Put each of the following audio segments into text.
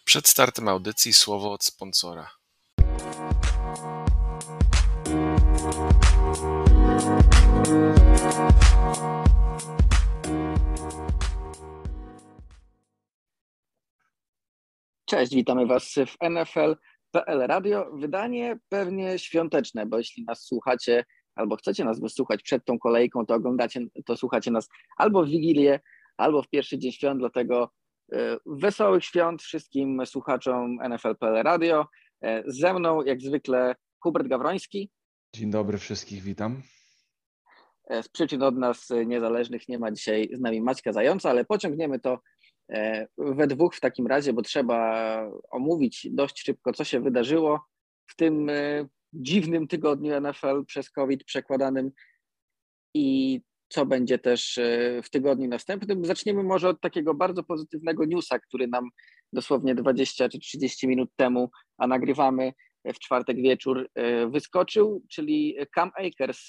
Przed startem audycji słowo od sponsora. Cześć, witamy Was w NFL.pl Radio. Wydanie pewnie świąteczne, bo jeśli nas słuchacie albo chcecie nas wysłuchać przed tą kolejką, to słuchacie nas albo w Wigilię, albo w pierwszy dzień świąt, dlatego wesołych świąt wszystkim słuchaczom NFL.pl Radio. Ze mną jak zwykle Hubert Gawroński. Dzień dobry wszystkich, witam. Z przyczyn od nas niezależnych nie ma dzisiaj z nami Maćka Zająca, ale pociągniemy to we dwóch w takim razie, bo trzeba omówić dość szybko, co się wydarzyło w tym dziwnym tygodniu NFL przez COVID przekładanym i co będzie też w tygodniu następnym. Zaczniemy może od takiego bardzo pozytywnego newsa, który nam dosłownie 20 czy 30 minut temu, a nagrywamy w czwartek wieczór, wyskoczył, czyli Cam Akers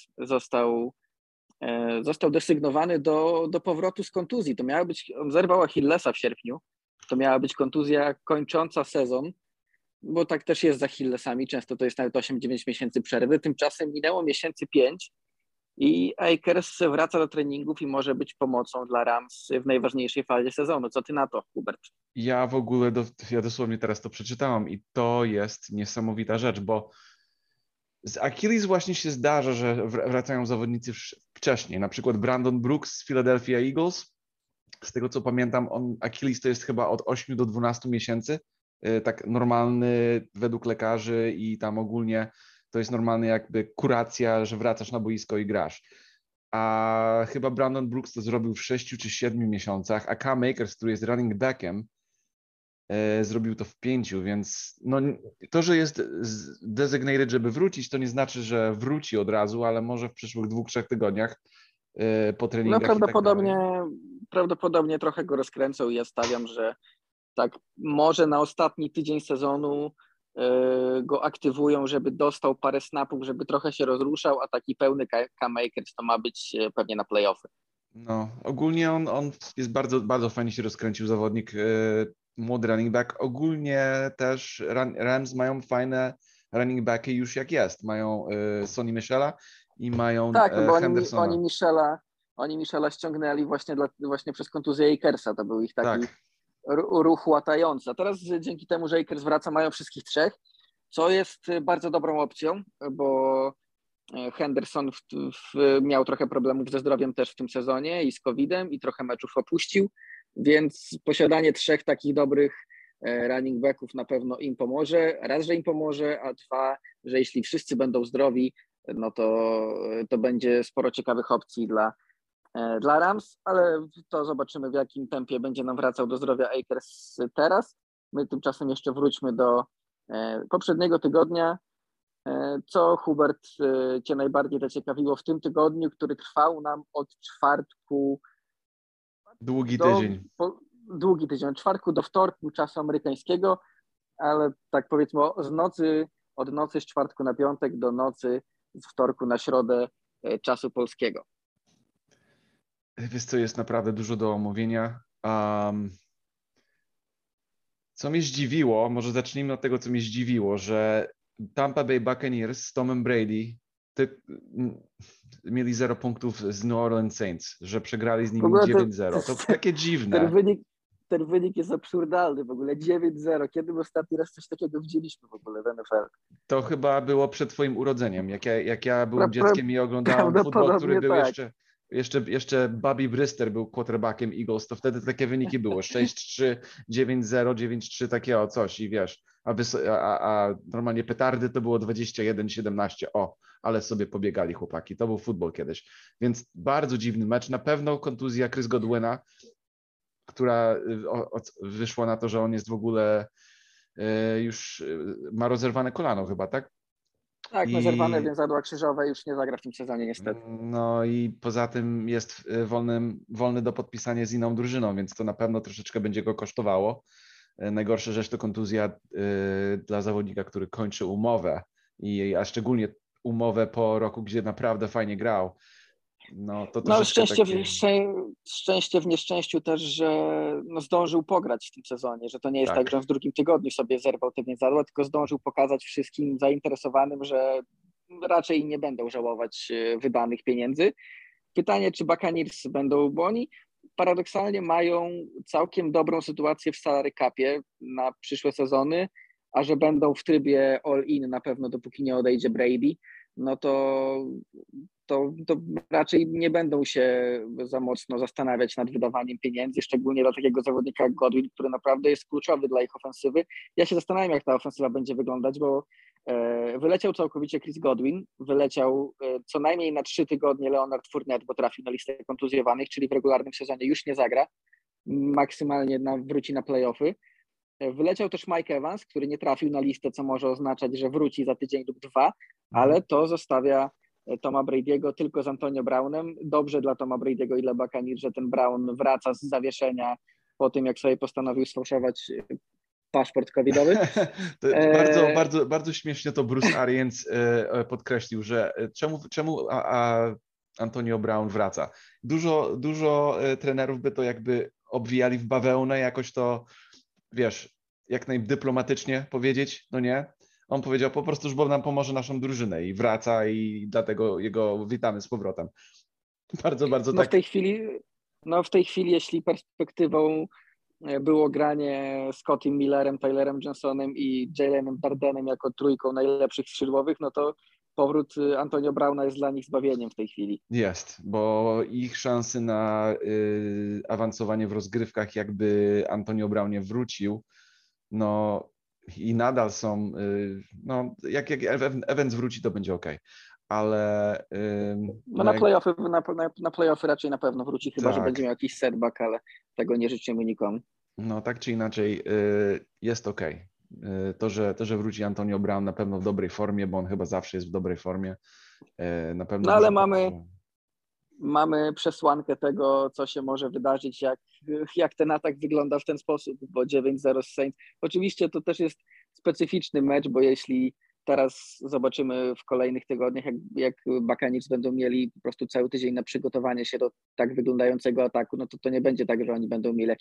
został desygnowany do powrotu z kontuzji. To miała być, on zerwał Achillesa w sierpniu, to miała być kontuzja kończąca sezon, bo tak też jest z Achillesami, często to jest nawet 8-9 miesięcy przerwy, tymczasem minęło miesięcy 5 i Akers wraca do treningów i może być pomocą dla Rams w najważniejszej fazie sezonu. Co ty na to, Hubert? Ja w ogóle, ja dosłownie teraz to przeczytałam i to jest niesamowita rzecz, bo z Achilles właśnie się zdarza, że wracają zawodnicy wcześniej. Na przykład Brandon Brooks z Philadelphia Eagles. Z tego co pamiętam, Achilles to jest chyba od 8 do 12 miesięcy. Tak normalny według lekarzy i tam ogólnie to jest normalny jakby kuracja, że wracasz na boisko i grasz. A chyba Brandon Brooks to zrobił w 6 czy 7 miesiącach, a Cam Akers, który jest running backiem, zrobił to w 5, więc no, to, że jest designated, żeby wrócić, to nie znaczy, że wróci od razu, ale może w przyszłych 2-3 tygodniach po treningach. No prawdopodobnie trochę go rozkręcą i ja stawiam, że tak może na ostatni tydzień sezonu go aktywują, żeby dostał parę snapów, żeby trochę się rozruszał, a taki pełny Cam Akers to ma być pewnie na playoffy. No, ogólnie on jest bardzo, bardzo fajnie się rozkręcił zawodnik, młody running back. Ogólnie też Rams mają fajne running backi już jak jest. Mają Sonny Michela i mają Hendersona. Oni Michela ściągnęli właśnie przez kontuzję Akersa. To był ich taki tak. ruch łatający. A teraz dzięki temu, że Akers wraca, mają wszystkich trzech, co jest bardzo dobrą opcją, bo Henderson miał trochę problemów ze zdrowiem też w tym sezonie i z COVID-em i trochę meczów opuścił, więc posiadanie trzech takich dobrych running backów na pewno im pomoże. Raz, że im pomoże, a dwa, że jeśli wszyscy będą zdrowi, no to będzie sporo ciekawych opcji dla Rams, ale to zobaczymy, w jakim tempie będzie nam wracał do zdrowia Akers teraz. My tymczasem jeszcze wróćmy do poprzedniego tygodnia. Co, Hubert, Cię najbardziej zaciekawiło w tym tygodniu, który trwał nam od czwartku Długi tydzień. Od czwartku do wtorku czasu amerykańskiego, ale tak powiedzmy od nocy z czwartku na piątek do nocy z wtorku na środę czasu polskiego. Wiesz co, jest naprawdę dużo do omówienia. Co mnie zdziwiło, może zacznijmy od tego, co mnie zdziwiło, że Tampa Bay Buccaneers z Tomem Brady mieli 0 punktów z New Orleans Saints, że przegrali z nimi 9-0. To takie dziwne. Ten wynik jest absurdalny w ogóle, 9-0. Kiedy my ostatni raz coś takiego widzieliśmy w ogóle w NFL? To chyba było przed twoim urodzeniem. Jak ja byłem dzieckiem i oglądałem futbol, który był tak. jeszcze Bobby Brister był quarterbackiem Eagles, to wtedy takie wyniki było. 6-3, 9-0, 9-3, takie coś i wiesz. A normalnie petardy to było 21-17. O, ale sobie pobiegali chłopaki. To był futbol kiedyś. Więc bardzo dziwny mecz. Na pewno kontuzja Chris Godwina, która wyszła na to, że on jest w ogóle już ma rozerwane kolano chyba, tak? Tak, rozerwane więzadła krzyżowe, już nie zagra w tym sezonie niestety. No i poza tym jest wolny do podpisania z inną drużyną, więc to na pewno troszeczkę będzie go kosztowało. Najgorsza rzecz to kontuzja dla zawodnika, który kończy umowę, a szczególnie umowę po roku, gdzie naprawdę fajnie grał. no to No troszeczkę takie... szczęście w nieszczęściu też, że no, zdążył pograć w tym sezonie, że to nie jest tak, że on w drugim tygodniu sobie zerwał te więzadła, tylko zdążył pokazać wszystkim zainteresowanym, że raczej nie będą żałować wydanych pieniędzy. Pytanie, czy Buccaneers będą, bo oni paradoksalnie mają całkiem dobrą sytuację w salary capie na przyszłe sezony, a że będą w trybie all-in na pewno, dopóki nie odejdzie Brady, no to raczej nie będą się za mocno zastanawiać nad wydawaniem pieniędzy, szczególnie dla takiego zawodnika jak Godwin, który naprawdę jest kluczowy dla ich ofensywy. Ja się zastanawiam, jak ta ofensywa będzie wyglądać, bo wyleciał całkowicie Chris Godwin, wyleciał co najmniej na 3 tygodnie Leonard Fournette, bo trafił na listę kontuzjowanych, czyli w regularnym sezonie już nie zagra, maksymalnie wróci na playoffy. Wyleciał też Mike Evans, który nie trafił na listę, co może oznaczać, że wróci za tydzień lub 2, ale to zostawia Toma Brady'ego tylko z Antonio Brownem. Dobrze dla Toma Brady'ego i dla Buccaneers, że ten Brown wraca z zawieszenia po tym, jak sobie postanowił sfałszować paszport covidowy. Bardzo, bardzo, bardzo śmiesznie to Bruce Arians podkreślił, że czemu Antonio Brown wraca. Dużo trenerów by to jakby obwijali w bawełnę, jakoś to, wiesz, jak najdyplomatycznie powiedzieć, no nie? On powiedział po prostu, że Bob nam pomoże naszą drużynę i wraca i dlatego jego witamy z powrotem. Bardzo, bardzo tak. W tej chwili, jeśli perspektywą było granie Scottiem Millerem, Tylerem Johnsonem i Jalenem Dardenem jako trójką najlepszych skrzydłowych, no to powrót Antonio Browna jest dla nich zbawieniem w tej chwili. Jest, bo ich szanse na awansowanie w rozgrywkach, jakby Antonio Brown nie wrócił, no i nadal są, no jak Evans wróci, to będzie okej. Ale... Na playoffy raczej na pewno wróci, chyba że będzie miał jakiś setback, ale tego nie życzymy nikomu. No tak czy inaczej jest okej. To, że wróci Antonio Brown na pewno w dobrej formie, bo on chyba zawsze jest w dobrej formie. Na pewno. No ale mamy przesłankę tego, co się może wydarzyć, jak ten atak wygląda w ten sposób, bo 9-0 z Saints. Oczywiście to też jest specyficzny mecz, bo jeśli teraz zobaczymy w kolejnych tygodniach, jak Buccaneers będą mieli po prostu cały tydzień na przygotowanie się do tak wyglądającego ataku, no to nie będzie tak, że oni będą mieli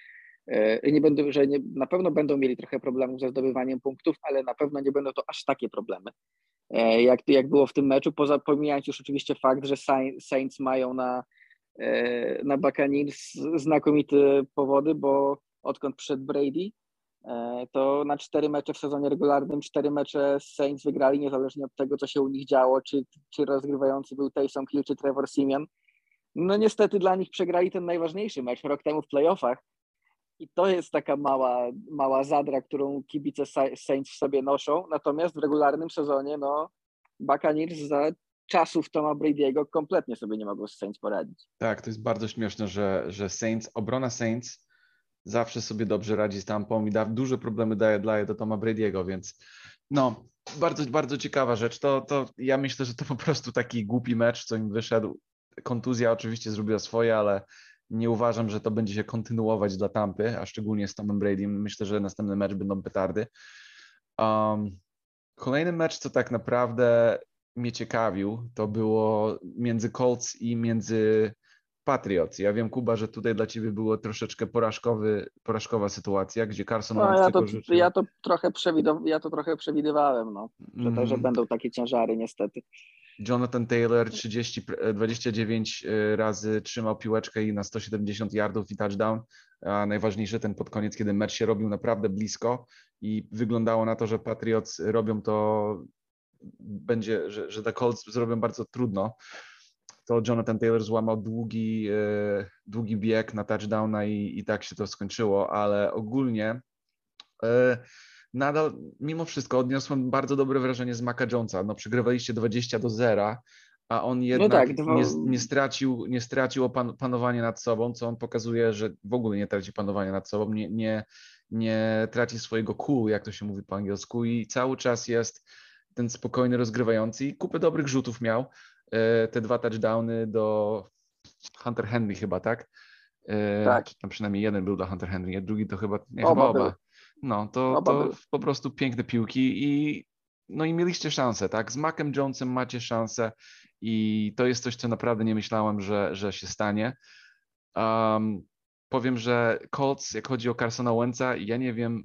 na pewno będą mieli trochę problemów ze zdobywaniem punktów, ale na pewno nie będą to aż takie problemy, jak było w tym meczu, pomijając już oczywiście fakt, że Saints mają na Buccaneers znakomite powody, bo odkąd przyszedł Brady, to na 4 mecze w sezonie regularnym 4 mecze z Saints wygrali, niezależnie od tego, co się u nich działo, czy rozgrywający był Taysom Hill, czy Trevor Siemian. No niestety dla nich przegrali ten najważniejszy mecz rok temu w playoffach i to jest taka mała zadra, którą kibice Saints w sobie noszą, natomiast w regularnym sezonie Buccaneers za czasów Toma Brady'ego kompletnie sobie nie mogą z Saints poradzić. Tak, to jest bardzo śmieszne, że obrona Saints zawsze sobie dobrze radzi z tampą i duże problemy daje do Toma Brady'ego, więc no, bardzo, bardzo ciekawa rzecz. To ja myślę, że to po prostu taki głupi mecz, co im wyszedł. Kontuzja oczywiście zrobiła swoje, ale nie uważam, że to będzie się kontynuować dla Tampy, a szczególnie z Tomem Bradym. Myślę, że następny mecz będą petardy. Kolejny mecz, co tak naprawdę mnie ciekawił, to było między Colts i między Patriots. Ja wiem, Kuba, że tutaj dla ciebie było troszeczkę porażkowa sytuacja, gdzie Carson Wentz ja to trochę przewidywałem, że będą takie ciężary niestety. Jonathan Taylor 29 razy trzymał piłeczkę i na 170 yardów i touchdown. A najważniejsze ten pod koniec, kiedy mecz się robił naprawdę blisko i wyglądało na to, że Patriots robią to, że The Colts zrobią bardzo trudno. To Jonathan Taylor złamał długi bieg na touchdowna i tak się to skończyło, ale ogólnie nadal, mimo wszystko, odniosłem bardzo dobre wrażenie z Maca Jonesa. No, przegrywaliście 20-0, a on jednak nie stracił panowania nad sobą, co on pokazuje, że w ogóle nie traci panowania nad sobą, nie traci swojego cool, jak to się mówi po angielsku, i cały czas jest ten spokojny, rozgrywający i kupę dobrych rzutów miał. Te 2 touchdowny do Hunter Henry chyba, tak? Tak. Przynajmniej jeden był dla Hunter Henry, a drugi to chyba oba. No, to po prostu piękne piłki i mieliście szansę, tak? Z Macem Jonesem macie szansę i to jest coś, co naprawdę nie myślałem, że się stanie. Powiem, że Colts, jak chodzi o Carsona Wentza, ja nie wiem,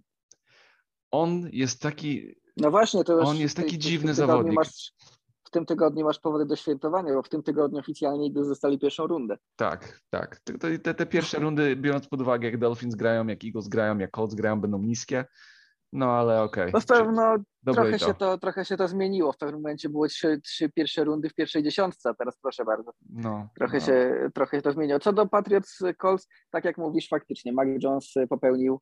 on jest taki, No właśnie, to już on jest taki dziwny w tym tygodniu zawodnik. w tym tygodniu masz powody do świętowania, bo w tym tygodniu oficjalnie Eagles zostali pierwszą rundę. Tak. Te pierwsze rundy, biorąc pod uwagę, jak Dolphins grają, jak Eagles grają, jak Colts grają, będą niskie. No ale okej. No pewno Dobre i to. trochę się to zmieniło. W pewnym momencie były trzy pierwsze rundy w pierwszej dziesiątce, a teraz proszę bardzo. Trochę się to zmieniło. Co do Patriots Colts, tak jak mówisz, faktycznie Mac Jones popełnił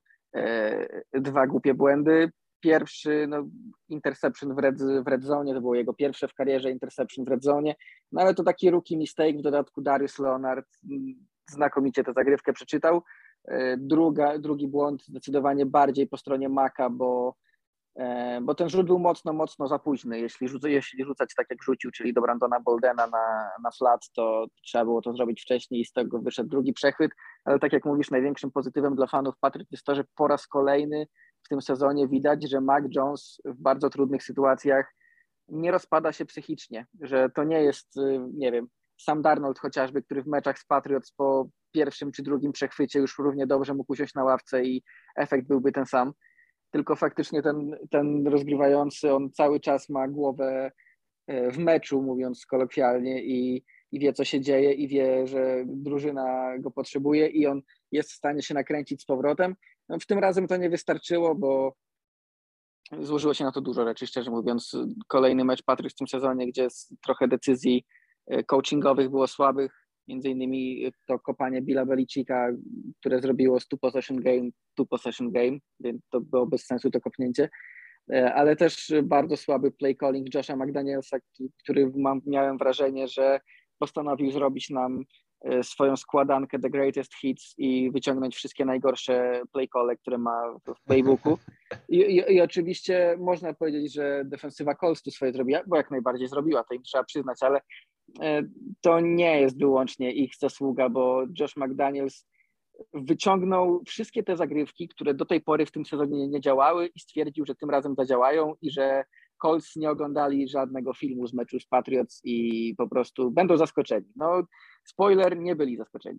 2 głupie błędy. Pierwszy, interception w red zone, to było jego pierwsze w karierze interception w red zone, no ale to taki rookie mistake, w dodatku Darius Leonard znakomicie tę zagrywkę przeczytał. Drugi błąd zdecydowanie bardziej po stronie Maka, bo ten rzut był mocno za późny. Jeśli rzucać tak jak rzucił, czyli do Brandona Boldena na flat, to trzeba było to zrobić wcześniej i z tego wyszedł drugi przechwyt, ale tak jak mówisz, największym pozytywem dla fanów Patriot jest to, że po raz kolejny w tym sezonie widać, że Mac Jones w bardzo trudnych sytuacjach nie rozpada się psychicznie, że to nie jest, nie wiem, Sam Darnold chociażby, który w meczach z Patriots po pierwszym czy drugim przechwycie już równie dobrze mógł usiąść na ławce i efekt byłby ten sam, tylko faktycznie ten rozgrywający, on cały czas ma głowę w meczu, mówiąc kolokwialnie, i wie, co się dzieje, i wie, że drużyna go potrzebuje i on jest w stanie się nakręcić z powrotem. No, w tym razem to nie wystarczyło, bo złożyło się na to dużo rzeczy, szczerze mówiąc. Kolejny mecz Patriots w tym sezonie, gdzie trochę decyzji coachingowych było słabych, między innymi to kopanie Billa Belichicka, które zrobiło z two possession game, więc to było bez sensu to kopnięcie, ale też bardzo słaby play calling Josha McDanielsa, który miałem wrażenie, że postanowił zrobić nam swoją składankę The Greatest Hits i wyciągnąć wszystkie najgorsze play calle, które ma w playbooku. I oczywiście można powiedzieć, że defensywa Colts tu swoje zrobiła, bo jak najbardziej zrobiła, to im trzeba przyznać, ale to nie jest wyłącznie ich zasługa, bo Josh McDaniels wyciągnął wszystkie te zagrywki, które do tej pory w tym sezonie nie działały i stwierdził, że tym razem zadziałają i że Colts nie oglądali żadnego filmu z meczu z Patriots i po prostu będą zaskoczeni. No, spoiler, nie byli zaskoczeni.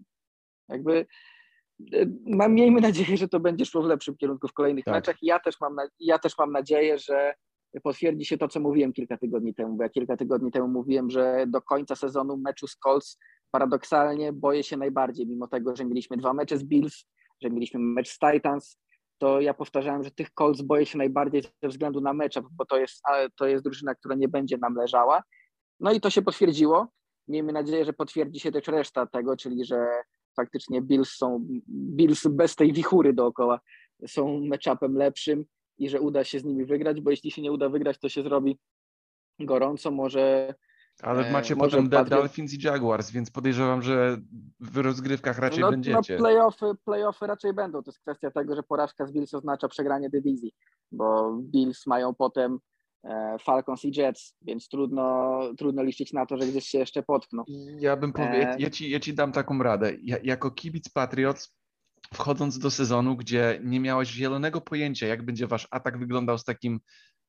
Miejmy nadzieję, że to będzie szło w lepszym kierunku w kolejnych meczach. Ja też mam nadzieję, że potwierdzi się to, co mówiłem kilka tygodni temu, bo ja kilka tygodni temu mówiłem, że do końca sezonu meczu z Colts paradoksalnie boję się najbardziej, mimo tego, że mieliśmy 2 mecze z Bills, że mieliśmy mecz z Titans, to ja powtarzałem, że tych Colts boję się najbardziej ze względu na mecze, bo to jest drużyna, która nie będzie nam leżała. No i to się potwierdziło. Miejmy nadzieję, że potwierdzi się też reszta tego, czyli że faktycznie Bills bez tej wichury dookoła są match-upem lepszym i że uda się z nimi wygrać, bo jeśli się nie uda wygrać, to się zrobi gorąco, może... Ale macie potem Dolphins i Jaguars, więc podejrzewam, że w rozgrywkach raczej będziecie. Playoffy raczej będą. To jest kwestia tego, że porażka z Bills oznacza przegranie dywizji, bo Bills mają potem Falcons i Jets, więc trudno liczyć na to, że gdzieś się jeszcze potkną. Ja bym powiedział, ja ci dam taką radę. Jako kibic Patriots, wchodząc do sezonu, gdzie nie miałeś zielonego pojęcia, jak będzie wasz atak wyglądał z takim,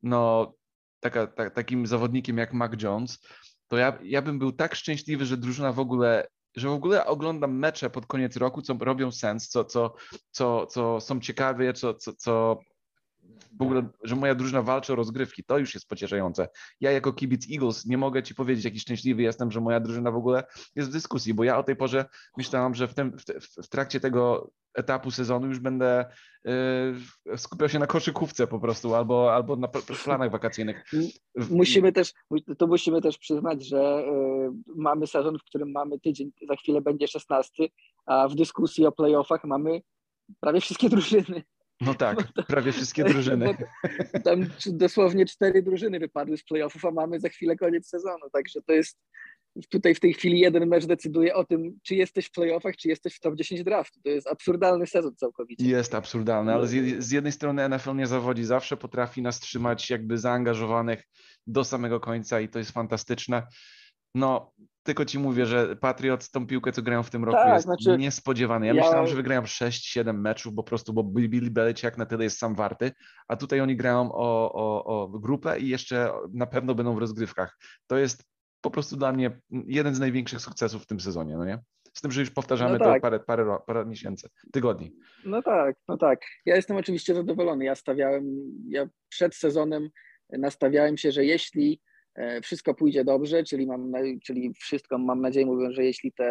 takim zawodnikiem jak Mac Jones, to ja bym był tak szczęśliwy, że drużyna w ogóle oglądam mecze pod koniec roku, co robią sens, co są ciekawe, co w ogóle, że moja drużyna walczy o rozgrywki, to już jest pocieszające. Ja jako kibic Eagles nie mogę ci powiedzieć, jaki szczęśliwy jestem, że moja drużyna w ogóle jest w dyskusji, bo ja o tej porze myślałam, że w trakcie tego etapu sezonu już będę skupiał się na koszykówce po prostu, albo na planach wakacyjnych. Musimy też przyznać, że mamy sezon, w którym mamy tydzień, za chwilę będzie 16, a w dyskusji o playoffach mamy prawie wszystkie drużyny. No tak, prawie wszystkie drużyny. Tam dosłownie 4 drużyny wypadły z playoffów, a mamy za chwilę koniec sezonu, także to jest tutaj w tej chwili jeden mecz decyduje o tym, czy jesteś w playoffach, czy jesteś w top 10 draftu. To jest absurdalny sezon całkowicie. Jest absurdalny, ale z jednej strony NFL nie zawodzi, zawsze potrafi nas trzymać jakby zaangażowanych do samego końca i to jest fantastyczne. No, tylko ci mówię, że Patriots tą piłkę, co grają w tym roku, jest niespodziewany. Ja myślałem, że wygrają 6-7 meczów po prostu, bo Bill Belichick na tyle jest sam warty, a tutaj oni grają o grupę i jeszcze na pewno będą w rozgrywkach. To jest po prostu dla mnie jeden z największych sukcesów w tym sezonie, no nie? Z tym, że już powtarzamy No tak. to parę miesięcy, tygodni. No tak. Ja jestem oczywiście zadowolony. Ja przed sezonem nastawiałem się, że jeśli wszystko pójdzie dobrze, czyli wszystko, mam nadzieję, mówią, że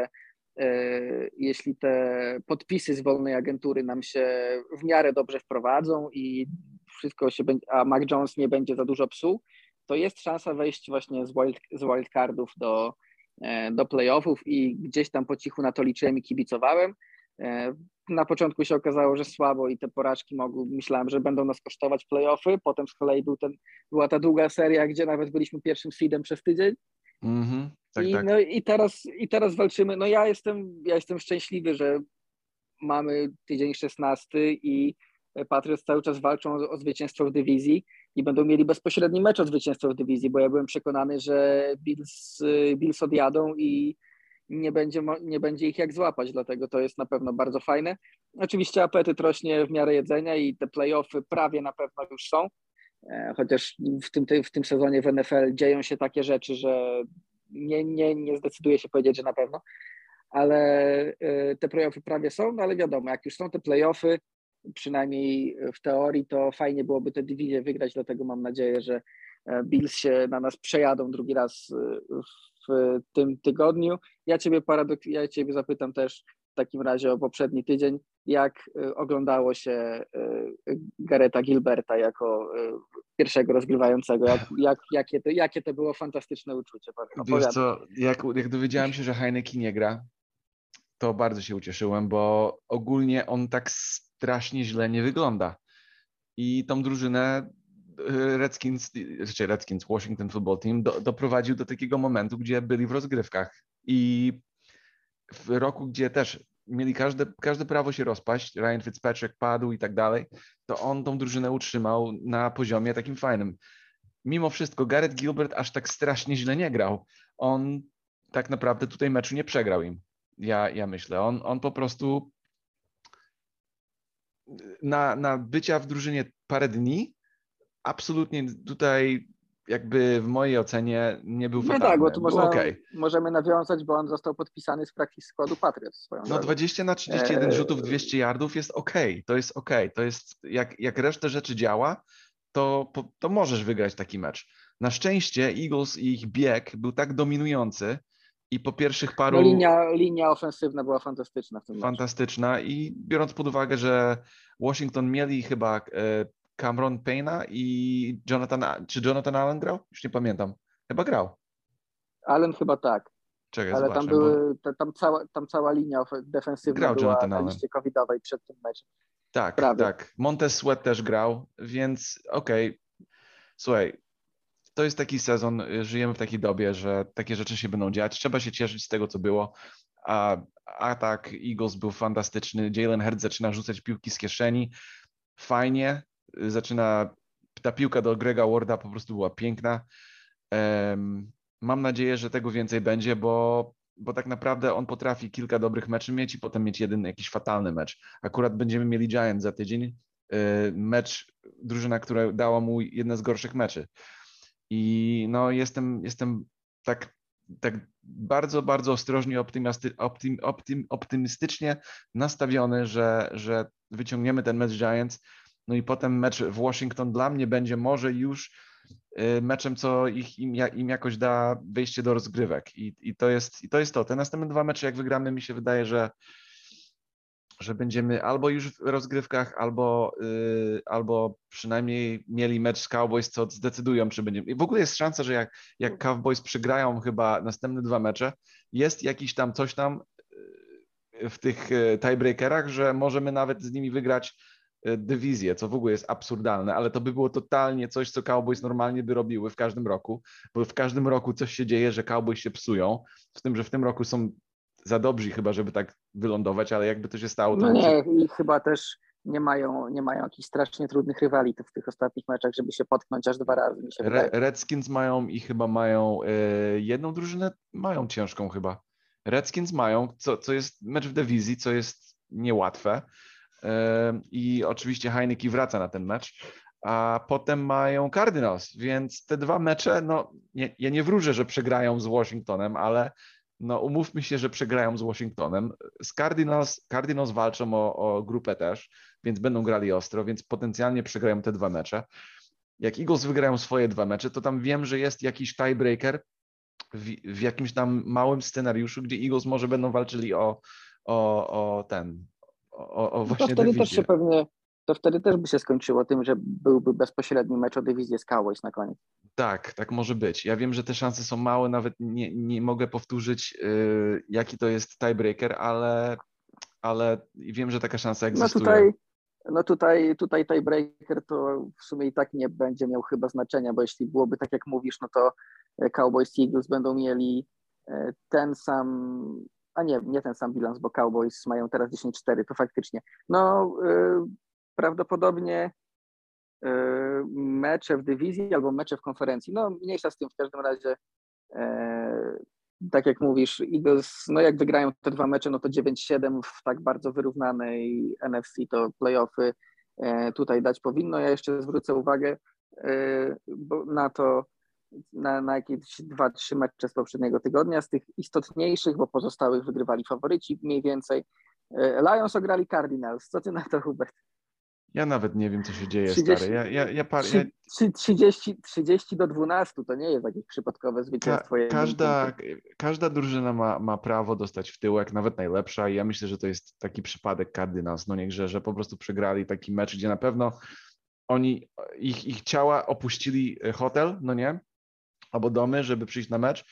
jeśli te podpisy z wolnej agentury nam się w miarę dobrze wprowadzą i wszystko się będzie, a Mac Jones nie będzie za dużo psuł, to jest szansa wejść właśnie z wildcardów do playoffów i gdzieś tam po cichu na to liczyłem i kibicowałem. Na początku się okazało, że słabo i te porażki myślałem, że będą nas kosztować playoffy, potem z kolei była ta długa seria, gdzie nawet byliśmy pierwszym seedem przez tydzień. Tak. No i teraz walczymy. No ja jestem szczęśliwy, że mamy tydzień 16 i Patriots cały czas walczą o zwycięstwo w dywizji i będą mieli bezpośredni mecz o zwycięstwo w dywizji, bo ja byłem przekonany, że Bills odjadą i nie będzie ich jak złapać, dlatego to jest na pewno bardzo fajne. Oczywiście apetyt rośnie w miarę jedzenia i te playoffy prawie na pewno już są, chociaż w tym sezonie w NFL dzieją się takie rzeczy, że nie zdecyduję się powiedzieć, że na pewno, ale te playoffy prawie są, no ale wiadomo, jak już są te playoffy, przynajmniej w teorii, to fajnie byłoby tę dywizję wygrać, dlatego mam nadzieję, że Bills się na nas przejadą drugi raz w tym tygodniu. Ja Ciebie zapytam też w takim razie o poprzedni tydzień, jak oglądało się Garetha Gilberta jako pierwszego rozgrywającego, jakie to było fantastyczne uczucie. Wiesz co, jak dowiedziałem się, że Heineke nie gra, to bardzo się ucieszyłem, bo ogólnie on tak strasznie źle nie wygląda. I tą drużynę Washington Football Team doprowadził do takiego momentu, gdzie byli w rozgrywkach. I w roku, gdzie też mieli każde prawo się rozpaść, Ryan Fitzpatrick padł i tak dalej, to on tą drużynę utrzymał na poziomie takim fajnym. Mimo wszystko Garrett Gilbert aż tak strasznie źle nie grał. On tak naprawdę tutaj meczu nie przegrał im. Ja myślę. On po prostu na bycia w drużynie parę dni absolutnie tutaj jakby w mojej ocenie nie był fatalny. No tak, bo tu okay. Możemy nawiązać, bo on został podpisany z practice składu Patriots swoją drogą. 20 na 31 rzutów, 200 yardów jest okej. To jest okej. To jest jak reszta rzeczy działa, to możesz wygrać taki mecz. Na szczęście Eagles i ich bieg był tak dominujący i po pierwszych paru... Linia ofensywna była fantastyczna w tym meczu. Fantastyczna i biorąc pod uwagę, że Washington mieli chyba Cameron Payne'a i Jonathan Allen grał? Już nie pamiętam. Chyba grał. Allen chyba tak. Czekaj, ale zobaczę, tam cała linia defensywna grał była Jonathan na Allen. liście covidowej przed tym meczem. Tak. Montez Sweat też grał, więc okej. Słuchaj, to jest taki sezon, żyjemy w takiej dobie, że takie rzeczy się będą dziać. Trzeba się cieszyć z tego, co było. A atak Eagles był fantastyczny. Jalen Hurts zaczyna rzucać piłki z kieszeni. Fajnie. Ta piłka do Grega Warda po prostu była piękna. Mam nadzieję, że tego więcej będzie, bo tak naprawdę on potrafi kilka dobrych meczy mieć i potem mieć jeden jakiś fatalny mecz. Akurat będziemy mieli Giants za tydzień. Drużyna, która dała mu jedne z gorszych meczy. I no jestem tak bardzo, bardzo ostrożnie optymistycznie nastawiony, że wyciągniemy ten mecz Giants. No i potem mecz w Washington dla mnie będzie może już meczem, co im jakoś da wejście do rozgrywek. I to jest to. Te następne dwa mecze, jak wygramy, mi się wydaje, że będziemy albo już w rozgrywkach, albo przynajmniej mieli mecz z Cowboys, co zdecydują, czy będziemy. I w ogóle jest szansa, że jak Cowboys przegrają chyba następne dwa mecze, jest jakiś tam coś tam w tych tiebreakerach, że możemy nawet z nimi wygrać dywizję, co w ogóle jest absurdalne, ale to by było totalnie coś, co Cowboys normalnie by robiły w każdym roku, bo w każdym roku coś się dzieje, że Cowboys się psują, z tym, że w tym roku są za dobrzy chyba, żeby tak wylądować, ale jakby to się stało... To i chyba też nie mają jakichś strasznie trudnych rywali w tych ostatnich meczach, żeby się potknąć aż 2 razy, mi się wydaje. Redskins mają i chyba mają jedną drużynę, mają ciężką chyba. Redskins mają, co jest mecz w dywizji, co jest niełatwe i oczywiście Heineke wraca na ten mecz, a potem mają Cardinals, więc te 2 mecze, no ja nie wróżę, że przegrają z Washingtonem, ale no umówmy się, że przegrają z Washingtonem. Z Cardinals walczą o grupę też, więc będą grali ostro, więc potencjalnie przegrają te 2 mecze. Jak Eagles wygrają swoje 2 mecze, to tam wiem, że jest jakiś tiebreaker w jakimś tam małym scenariuszu, gdzie Eagles może będą walczyli o właśnie dywizję. To wtedy też by się skończyło tym, że byłby bezpośredni mecz o dywizję z Cowboys na koniec. Tak może być. Ja wiem, że te szanse są małe, nawet nie mogę powtórzyć, jaki to jest tiebreaker, ale wiem, że taka szansa egzystuje. Tutaj tiebreaker to w sumie i tak nie będzie miał chyba znaczenia, bo jeśli byłoby tak jak mówisz, no to Cowboys i Eagles będą mieli ten sam, a nie ten sam bilans, bo Cowboys mają teraz 10-4, to faktycznie. No prawdopodobnie mecze w dywizji albo mecze w konferencji, no mniejsza z tym, w każdym razie tak jak mówisz, Eagles, no jak wygrają te 2 mecze, no to 9-7 w tak bardzo wyrównanej NFC, to playoffy tutaj dać powinno. Ja jeszcze zwrócę uwagę na to, na jakieś 2-3 mecze z poprzedniego tygodnia, z tych istotniejszych, bo pozostałych wygrywali faworyci mniej więcej. Lions ograli Cardinals. Co ty na to, Hubert? Ja nawet nie wiem, co się dzieje, 30, stary. 30-12 to nie jest jakieś przypadkowe zwycięstwo. Każda drużyna ma prawo dostać w tyłek, nawet najlepsza, i ja myślę, że to jest taki przypadek Cardinals, no niechże, że po prostu przegrali taki mecz, gdzie na pewno oni, ich ciała opuścili hotel, no nie, albo domy, żeby przyjść na mecz,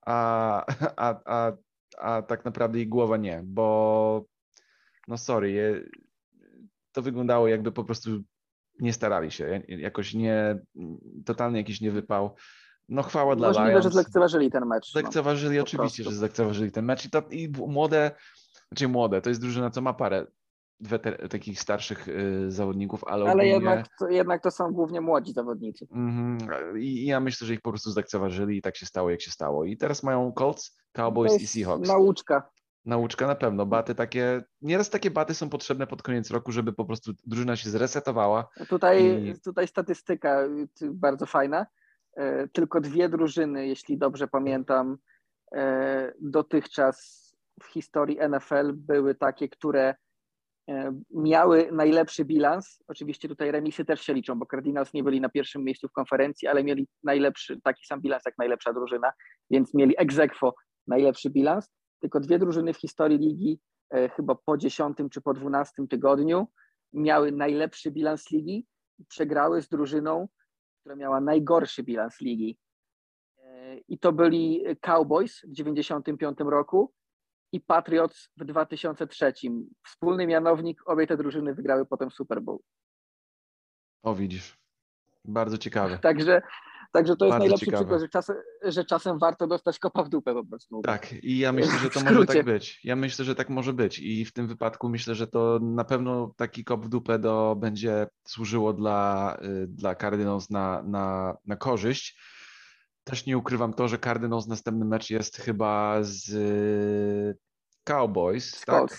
a tak naprawdę ich głowa nie, bo no sorry, to wyglądało jakby po prostu nie starali się, jakoś totalnie jakiś niewypał. No chwała dla Lions. Możliwe, że zlekceważyli ten mecz. Zlekceważyli, oczywiście, że zlekceważyli ten mecz i młode, to jest drużyna, co ma parę takich starszych zawodników, ale ogólnie... jednak to są głównie młodzi zawodnicy. I ja myślę, że ich po prostu zlekceważyli i tak się stało, jak się stało. I teraz mają Colts, Cowboys i Seahawks. Nauczka na pewno. Baty takie, nieraz takie baty są potrzebne pod koniec roku, żeby po prostu drużyna się zresetowała. Tutaj statystyka bardzo fajna. Tylko 2 drużyny, jeśli dobrze pamiętam, dotychczas w historii NFL były takie, które miały najlepszy bilans. Oczywiście tutaj remisy też się liczą, bo Cardinals nie byli na pierwszym miejscu w konferencji, ale mieli najlepszy, taki sam bilans jak najlepsza drużyna, więc mieli ex aequo najlepszy bilans. Tylko 2 drużyny w historii ligi, chyba po 10 czy po 12 tygodniu, miały najlepszy bilans ligi i przegrały z drużyną, która miała najgorszy bilans ligi. I to byli Cowboys w 1995 roku i Patriots w 2003. Wspólny mianownik, obie te drużyny wygrały potem Super Bowl. O, widzisz. Bardzo ciekawe. Także to jest Bardzo najlepszy ciekawe. przykład, że czasem warto dostać kopa w dupę po prostu. Tak, i ja myślę, że to może tak być. Ja myślę, że tak może być i w tym wypadku myślę, że to na pewno taki kop w dupę będzie służyło dla Cardinals na korzyść. Też nie ukrywam to, że Cardinals następny mecz jest chyba z Cowboys, tak?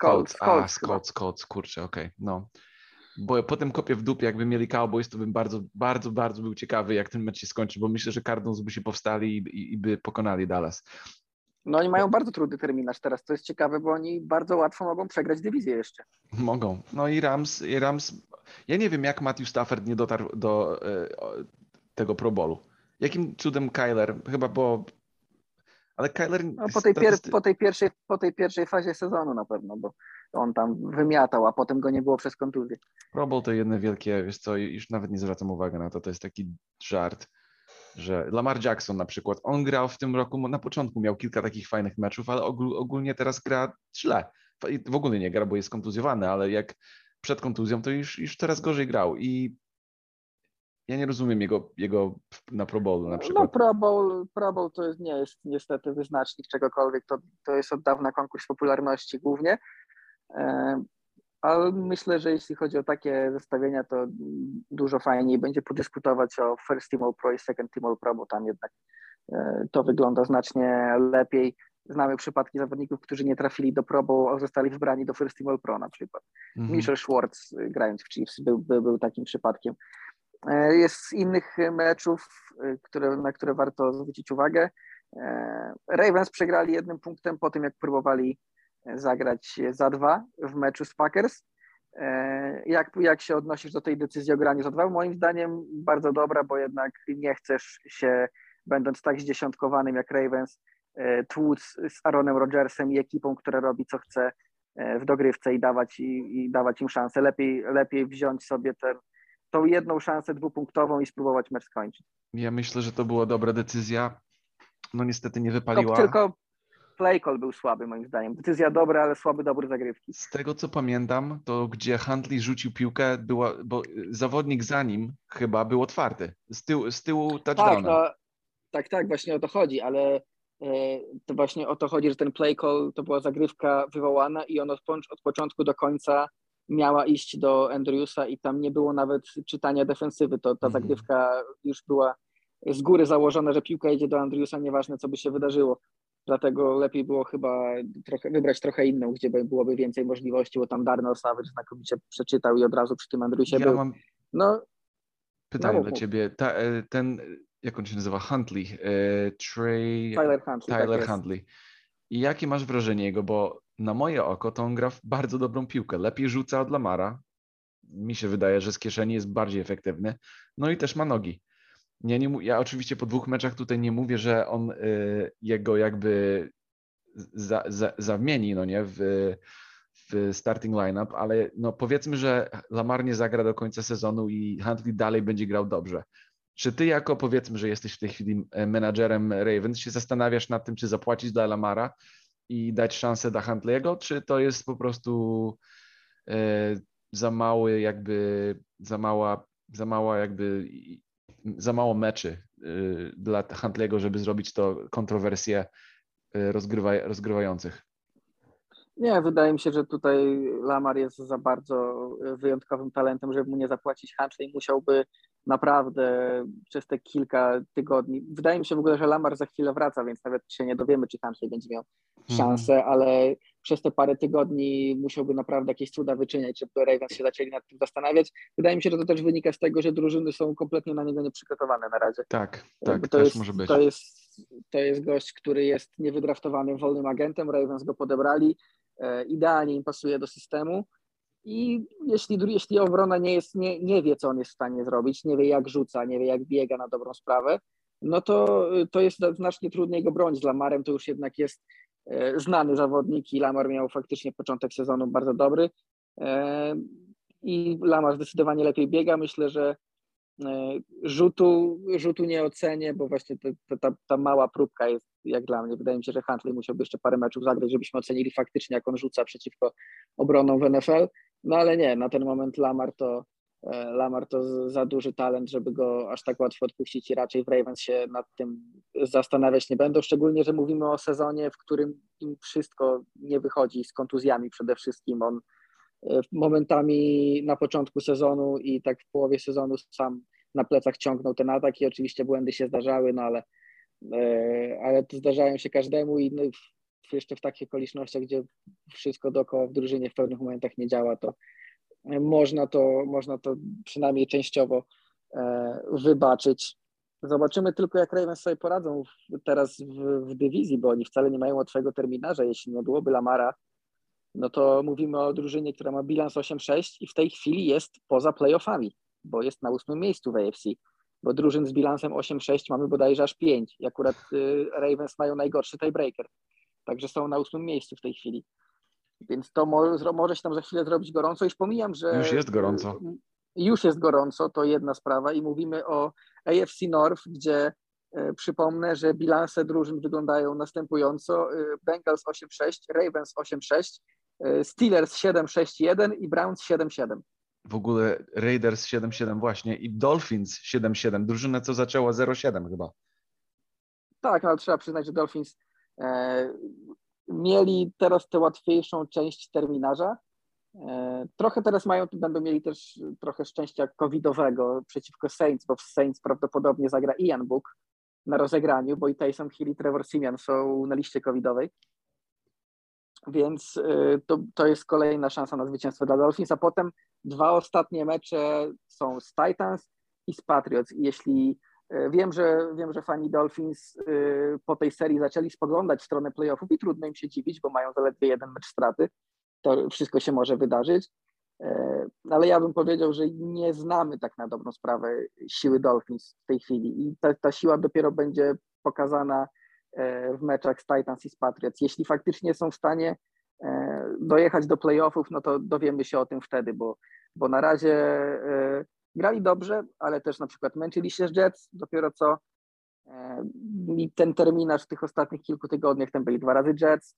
Colts, kurczę, okej, no. Bo po tym kopie w dupie, jakby mieli Cowboys, to bym bardzo, bardzo, bardzo był ciekawy, jak ten mecz się skończy, bo myślę, że Cardinals by się powstali i by pokonali Dallas. No oni mają bardzo trudny terminarz teraz, to jest ciekawe, bo oni bardzo łatwo mogą przegrać dywizję jeszcze. Mogą. No i Rams, ja nie wiem, jak Matthew Stafford nie dotarł do tego Pro Bowlu. Jakim cudem Kyler? Chyba ale Kyler... No, po tej pierwszej fazie sezonu na pewno, bo on tam wymiatał, a potem go nie było przez kontuzję. Pro Bowl to jedne wielkie, wiesz co, już nawet nie zwracam uwagi na to, to jest taki żart, że Lamar Jackson na przykład, on grał w tym roku, na początku miał kilka takich fajnych meczów, ale ogólnie teraz gra źle. W ogóle nie gra, bo jest kontuzjowany, ale jak przed kontuzją, to już teraz gorzej grał i ja nie rozumiem jego na Pro Bowlu na przykład. No Pro Bowl to nie jest niestety wyznacznik czegokolwiek, to jest od dawna konkurs popularności głównie, ale myślę, że jeśli chodzi o takie zestawienia, to dużo fajniej będzie podyskutować o First Team All Pro i Second Team All Pro, bo tam jednak to wygląda znacznie lepiej. Znamy przypadki zawodników, którzy nie trafili do Pro Bowl, a zostali wybrani do First Team All Pro na przykład. Mitchell Schwartz grając w Chiefs był takim przypadkiem. Jest z innych meczów, na które warto zwrócić uwagę. Ravens przegrali 1 punktem po tym, jak próbowali zagrać za 2 w meczu z Packers. Jak się odnosisz do tej decyzji o graniu za 2? Moim zdaniem bardzo dobra, bo jednak nie chcesz się, będąc tak zdziesiątkowanym jak Ravens, tłuc z Aaronem Rodgersem i ekipą, która robi co chce w dogrywce i dawać im szansę. Lepiej wziąć sobie tą jedną szansę 2-punktową i spróbować mecz skończyć. Ja myślę, że to była dobra decyzja. No niestety nie wypaliła. Tylko play call był słaby moim zdaniem. Decyzja dobra, ale słaby dobór zagrywki. Z tego co pamiętam, to gdzie Huntley rzucił piłkę, bo zawodnik za nim chyba był otwarty. Z tyłu touchdowna. Tak, właśnie o to chodzi, ale to właśnie o to chodzi, że ten play call to była zagrywka wywołana i on od początku do końca miała iść do Andrewsa i tam nie było nawet czytania defensywy. Ta zagrywka już była z góry założona, że piłka idzie do Andrewsa, nieważne co by się wydarzyło. Dlatego lepiej było chyba wybrać trochę inną, gdzie byłoby więcej możliwości, bo tam Darnell Savage znakomicie przeczytał i od razu przy tym Andrewsie był. Mam pytanie dla ciebie. Ten, jak on się nazywa? Huntley. Tyler Huntley. I jakie masz wrażenie jego? Bo na moje oko to on gra w bardzo dobrą piłkę. Lepiej rzuca od Lamara. Mi się wydaje, że z kieszeni jest bardziej efektywny. No i też ma nogi. Ja oczywiście po 2 meczach tutaj nie mówię, że on jego jakby zamieni, no nie, w starting lineup, ale no powiedzmy, że Lamar nie zagra do końca sezonu i Huntley dalej będzie grał dobrze. Czy ty jako, powiedzmy, że jesteś w tej chwili menadżerem Ravens, się zastanawiasz nad tym, czy zapłacić dla Lamara i dać szansę dla Huntley'ego, czy to jest po prostu za mało meczy dla Huntley'ego, żeby zrobić to kontrowersję rozgrywających? Nie, wydaje mi się, że tutaj Lamar jest za bardzo wyjątkowym talentem, żeby mu nie zapłacić. Huntley musiałby naprawdę przez te kilka tygodni. Wydaje mi się w ogóle, że Lamar za chwilę wraca, więc nawet się nie dowiemy, czy Huntley będzie miał szansę, ale przez te parę tygodni musiałby naprawdę jakieś cuda wyczyniać, żeby Ravens się zaczęli nad tym zastanawiać. Wydaje mi się, że to też wynika z tego, że drużyny są kompletnie na niego nieprzygotowane na razie. Tak, też może być. To jest gość, który jest niewydraftowanym wolnym agentem, Ravens go podebrali, idealnie im pasuje do systemu i jeśli obrona nie wie, co on jest w stanie zrobić, nie wie jak rzuca, nie wie jak biega na dobrą sprawę, no to jest znacznie trudniej go bronić. Lamarem to już jednak jest znany zawodnik i Lamar miał faktycznie początek sezonu bardzo dobry i Lamar zdecydowanie lepiej biega. Myślę, że rzutu nie ocenię, bo właśnie ta mała próbka jest jak dla mnie. Wydaje mi się, że Huntley musiałby jeszcze parę meczów zagrać, żebyśmy ocenili faktycznie, jak on rzuca przeciwko obronom w NFL. No ale nie, na ten moment Lamar to za duży talent, żeby go aż tak łatwo odpuścić i raczej w Ravens się nad tym zastanawiać nie będą, szczególnie, że mówimy o sezonie, w którym im wszystko nie wychodzi, z kontuzjami przede wszystkim. On momentami na początku sezonu i tak w połowie sezonu sam na plecach ciągnął ten atak i oczywiście błędy się zdarzały, no ale to zdarzają się każdemu i no, jeszcze w takich okolicznościach, gdzie wszystko dookoła w drużynie w pewnych momentach nie działa, to można to przynajmniej częściowo wybaczyć. Zobaczymy tylko, jak Ravens sobie poradzą teraz w dywizji, bo oni wcale nie mają łatwego terminarza. Jeśli nie byłoby Lamara, no to mówimy o drużynie, która ma bilans 8-6 i w tej chwili jest poza playoffami, bo jest na 8. miejscu w AFC, bo drużyn z bilansem 8-6 mamy bodajże aż 5 i akurat Ravens mają najgorszy tiebreaker, także są na 8. miejscu w tej chwili. Więc to może się tam za chwilę zrobić gorąco. Już pomijam, że... Już jest gorąco. Już jest gorąco, to jedna sprawa i mówimy o AFC North, gdzie przypomnę, że bilanse drużyn wyglądają następująco. Bengals 8-6, Ravens 8-6, Steelers 7-6-1 i Browns 7-7. W ogóle Raiders 7-7 właśnie i Dolphins 7-7, drużyna co zaczęła 0-7 chyba. Tak, ale trzeba przyznać, że Dolphins mieli teraz tę łatwiejszą część terminarza. Trochę teraz będą mieli też trochę szczęścia covidowego przeciwko Saints, bo w Saints prawdopodobnie zagra Ian Book na rozegraniu, bo i Taysom Hill i Trevor Siemian są na liście covidowej. Więc to jest kolejna szansa na zwycięstwo dla Dolphins, a potem 2 ostatnie mecze są z Titans i z Patriots. I jeśli wiem, że fani Dolphins po tej serii zaczęli spoglądać w stronę playoffów i trudno im się dziwić, bo mają zaledwie jeden mecz straty, to wszystko się może wydarzyć. Ale ja bym powiedział, że nie znamy tak na dobrą sprawę siły Dolphins w tej chwili i ta siła dopiero będzie pokazana w meczach z Titans i z Patriots. Jeśli faktycznie są w stanie dojechać do playoffów, no to dowiemy się o tym wtedy, bo na razie grali dobrze, ale też na przykład męczyli się z Jets, dopiero co i ten terminarz w tych ostatnich kilku tygodniach, tam byli 2 razy Jets,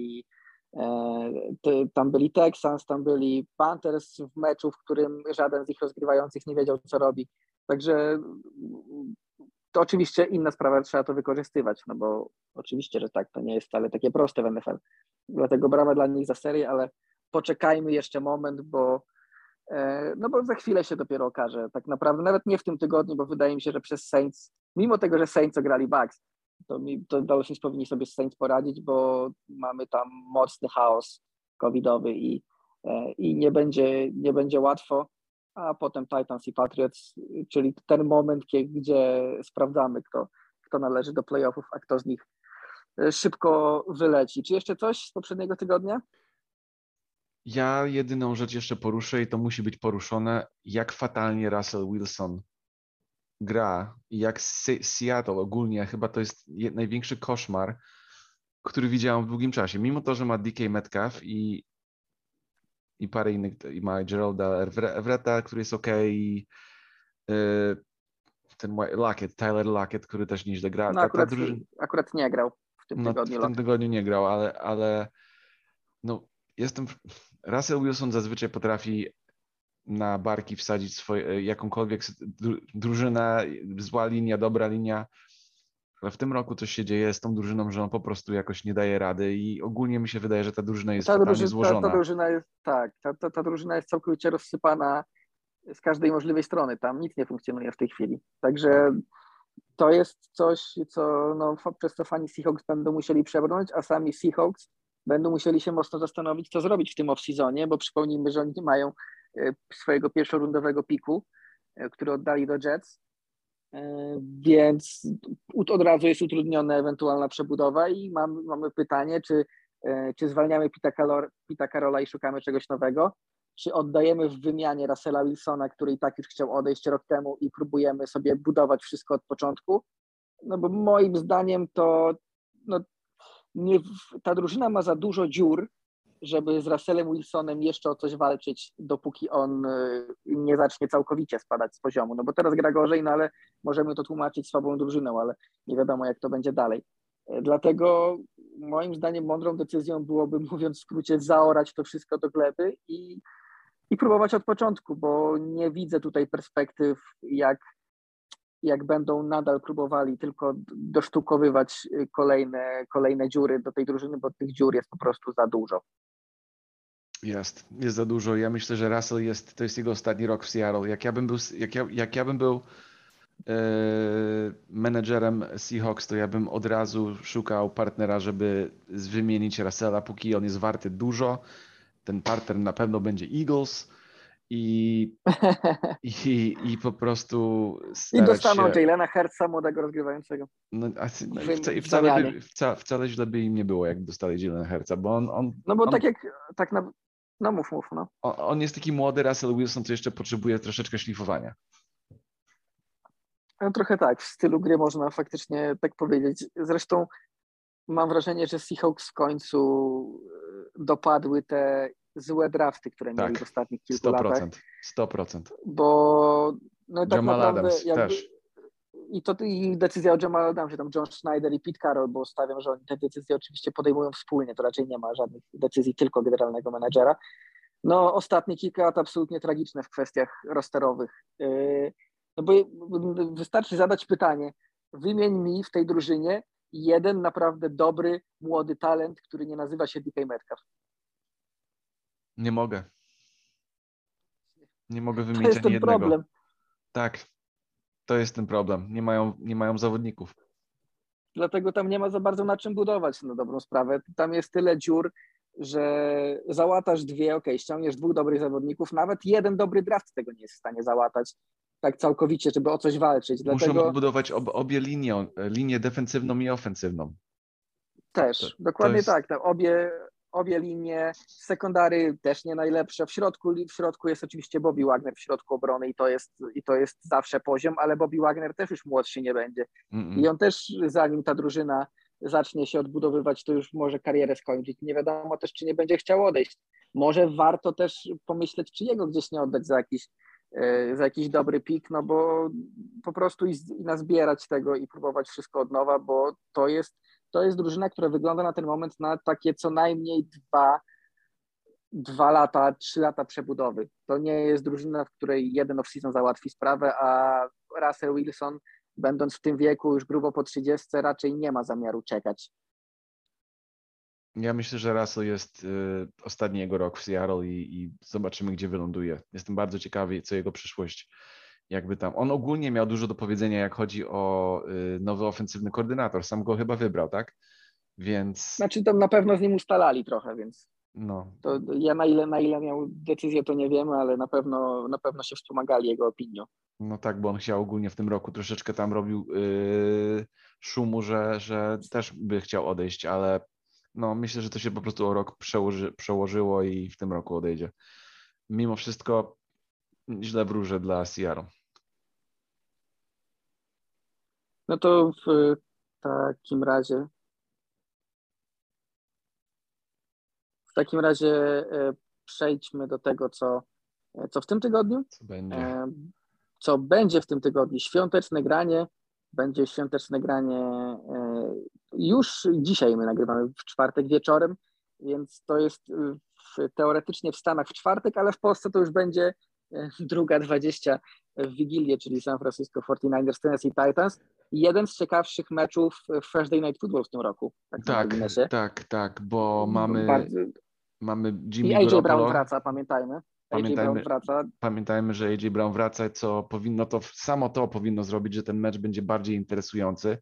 tam byli Texans, tam byli Panthers w meczu, w którym żaden z ich rozgrywających nie wiedział, co robi. Także to oczywiście inna sprawa, trzeba to wykorzystywać, no bo oczywiście, że tak, to nie jest wcale takie proste w NFL. Dlatego brawa dla nich za serię, ale poczekajmy jeszcze moment, bo za chwilę się dopiero okaże. Tak naprawdę nawet nie w tym tygodniu, bo wydaje mi się, że przez Saints, mimo tego, że Saints ograli Bucks, to Dolphins powinni sobie z Saints poradzić, bo mamy tam mocny chaos covidowy i nie będzie łatwo, a potem Titans i Patriots, czyli ten moment, gdzie sprawdzamy, kto należy do playoffów, a kto z nich szybko wyleci. Czy jeszcze coś z poprzedniego tygodnia? Ja jedyną rzecz jeszcze poruszę i to musi być poruszone, jak fatalnie Russell Wilson gra i jak Seattle ogólnie, chyba to jest największy koszmar, który widziałem w długim czasie. Mimo to, że ma DK Metcalf i parę innych, i ma Geralda Everetta, który jest okej, ten Tyler Lockett, który też nieźle gra. No akurat nie grał w tym tygodniu. W tym tygodniu nie grał, ale no Russell Wilson zazwyczaj potrafi na barki wsadzić jakąkolwiek drużynę, zła linia, dobra linia, ale w tym roku coś się dzieje z tą drużyną, że on po prostu jakoś nie daje rady i ogólnie mi się wydaje, że ta drużyna jest fatalnie złożona. Ta drużyna jest całkowicie rozsypana z każdej możliwej strony, tam nic nie funkcjonuje w tej chwili, także to jest coś, przez co fani Seahawks będą musieli przebrnąć, a sami Seahawks będą musieli się mocno zastanowić, co zrobić w tym off-seasonie, bo przypomnijmy, że oni nie mają swojego pierwszorundowego piku, który oddali do Jets, więc od razu jest utrudniona ewentualna przebudowa i mamy pytanie, czy zwalniamy Pita Carola i szukamy czegoś nowego, czy oddajemy w wymianie Russella Wilsona, który i tak już chciał odejść rok temu i próbujemy sobie budować wszystko od początku, no bo moim zdaniem ta drużyna ma za dużo dziur, żeby z Russellem Wilsonem jeszcze o coś walczyć, dopóki on nie zacznie całkowicie spadać z poziomu. No bo teraz gra gorzej, no ale możemy to tłumaczyć słabą drużyną, ale nie wiadomo, jak to będzie dalej. Dlatego moim zdaniem mądrą decyzją byłoby, mówiąc w skrócie, zaorać to wszystko do gleby i próbować od początku, bo nie widzę tutaj perspektyw, jak będą nadal próbowali tylko dosztukowywać kolejne dziury do tej drużyny, bo tych dziur jest po prostu za dużo. Jest za dużo. Ja myślę, że Russell to jest jego ostatni rok w Seattle. Jak ja bym był menedżerem Seahawks, to ja bym od razu szukał partnera, żeby wymienić Russella, póki on jest warty dużo. Ten partner na pewno będzie Eagles i po prostu i dostaną Jalena Hurtsa, młodego rozgrywającego. Wcale źle by im nie było, jak dostali Jalena Hurtsa, bo on... No bo no mów. No. On jest taki młody Russell Wilson, co jeszcze potrzebuje troszeczkę szlifowania. No trochę tak, w stylu gry można faktycznie tak powiedzieć. Zresztą mam wrażenie, że Seahawks w końcu dopadły te złe drafty, które mieli w ostatnich kilku latach. 100%. Bo tak Jamal naprawdę Adams też. I decyzja o Jamal Adamsie, tam John Schneider i Pete Carroll, bo stawiam, że oni te decyzje oczywiście podejmują wspólnie, to raczej nie ma żadnych decyzji tylko generalnego menadżera. No ostatnie kilka lat absolutnie tragiczne w kwestiach rosterowych. No bo wystarczy zadać pytanie, wymień mi w tej drużynie jeden naprawdę dobry, młody talent, który nie nazywa się DK Metcalf. Nie mogę wymienić to jest ani jednego. Problem. Tak, to jest ten problem. Nie mają zawodników. Dlatego tam nie ma za bardzo na czym budować na dobrą sprawę. Tam jest tyle dziur, że załatasz ściągniesz 2 dobrych zawodników, nawet jeden dobry draft tego nie jest w stanie załatać. tak całkowicie, żeby o coś walczyć. Muszą Dlatego odbudować obie linię defensywną i ofensywną. też, To dokładnie jest... tak. Obie linie, sekundary też nie najlepsze. W środku jest oczywiście Bobby Wagner w środku obrony i to jest zawsze poziom, ale Bobby Wagner też już młodszy nie będzie. I on też, zanim ta drużyna zacznie się odbudowywać, to już może karierę skończyć. Nie wiadomo też, czy nie będzie chciał odejść. Może warto też pomyśleć, czy jego gdzieś nie oddać za jakiś dobry pik, no bo po prostu i nazbierać tego i próbować wszystko od nowa, bo to jest drużyna, która wygląda na ten moment na takie co najmniej 2 lata, 3 lata przebudowy. To nie jest drużyna, w której jeden off-season załatwi sprawę, a Russell Wilson, będąc w tym wieku już grubo po 30, raczej nie ma zamiaru czekać. Ja myślę, że Russell jest ostatni jego rok w Seattle i zobaczymy, gdzie wyląduje. Jestem bardzo ciekawy, co jego przyszłość jakby tam. On ogólnie miał dużo do powiedzenia, jak chodzi o nowy ofensywny koordynator. Sam go chyba wybrał, tak? Więc... Znaczy tam na pewno z nim ustalali trochę, więc No. to ja na ile miał decyzję, to nie wiemy, ale na pewno się wspomagali jego opinią. No tak, bo on chciał ogólnie w tym roku troszeczkę tam robił szumu, że też by chciał odejść, ale no myślę, że to się po prostu o rok przełożyło i w tym roku odejdzie. Mimo wszystko źle wróżę dla Seattle. No to w takim razie przejdźmy do tego, co w tym tygodniu. Co będzie w tym tygodniu. Będzie świąteczne granie już dzisiaj, my nagrywamy w czwartek wieczorem, więc to jest teoretycznie w Stanach w czwartek, ale w Polsce to już będzie 2:20 w Wigilię, czyli San Francisco 49ers, Tennessee Titans. Jeden z ciekawszych meczów w Thursday Night Football w tym roku. Tak, bo mamy Jimmy i AJ Garoppolo. Brown wraca, pamiętajmy. Pamiętajmy, że AJ Brown wraca, co samo to powinno zrobić, że ten mecz będzie bardziej interesujący.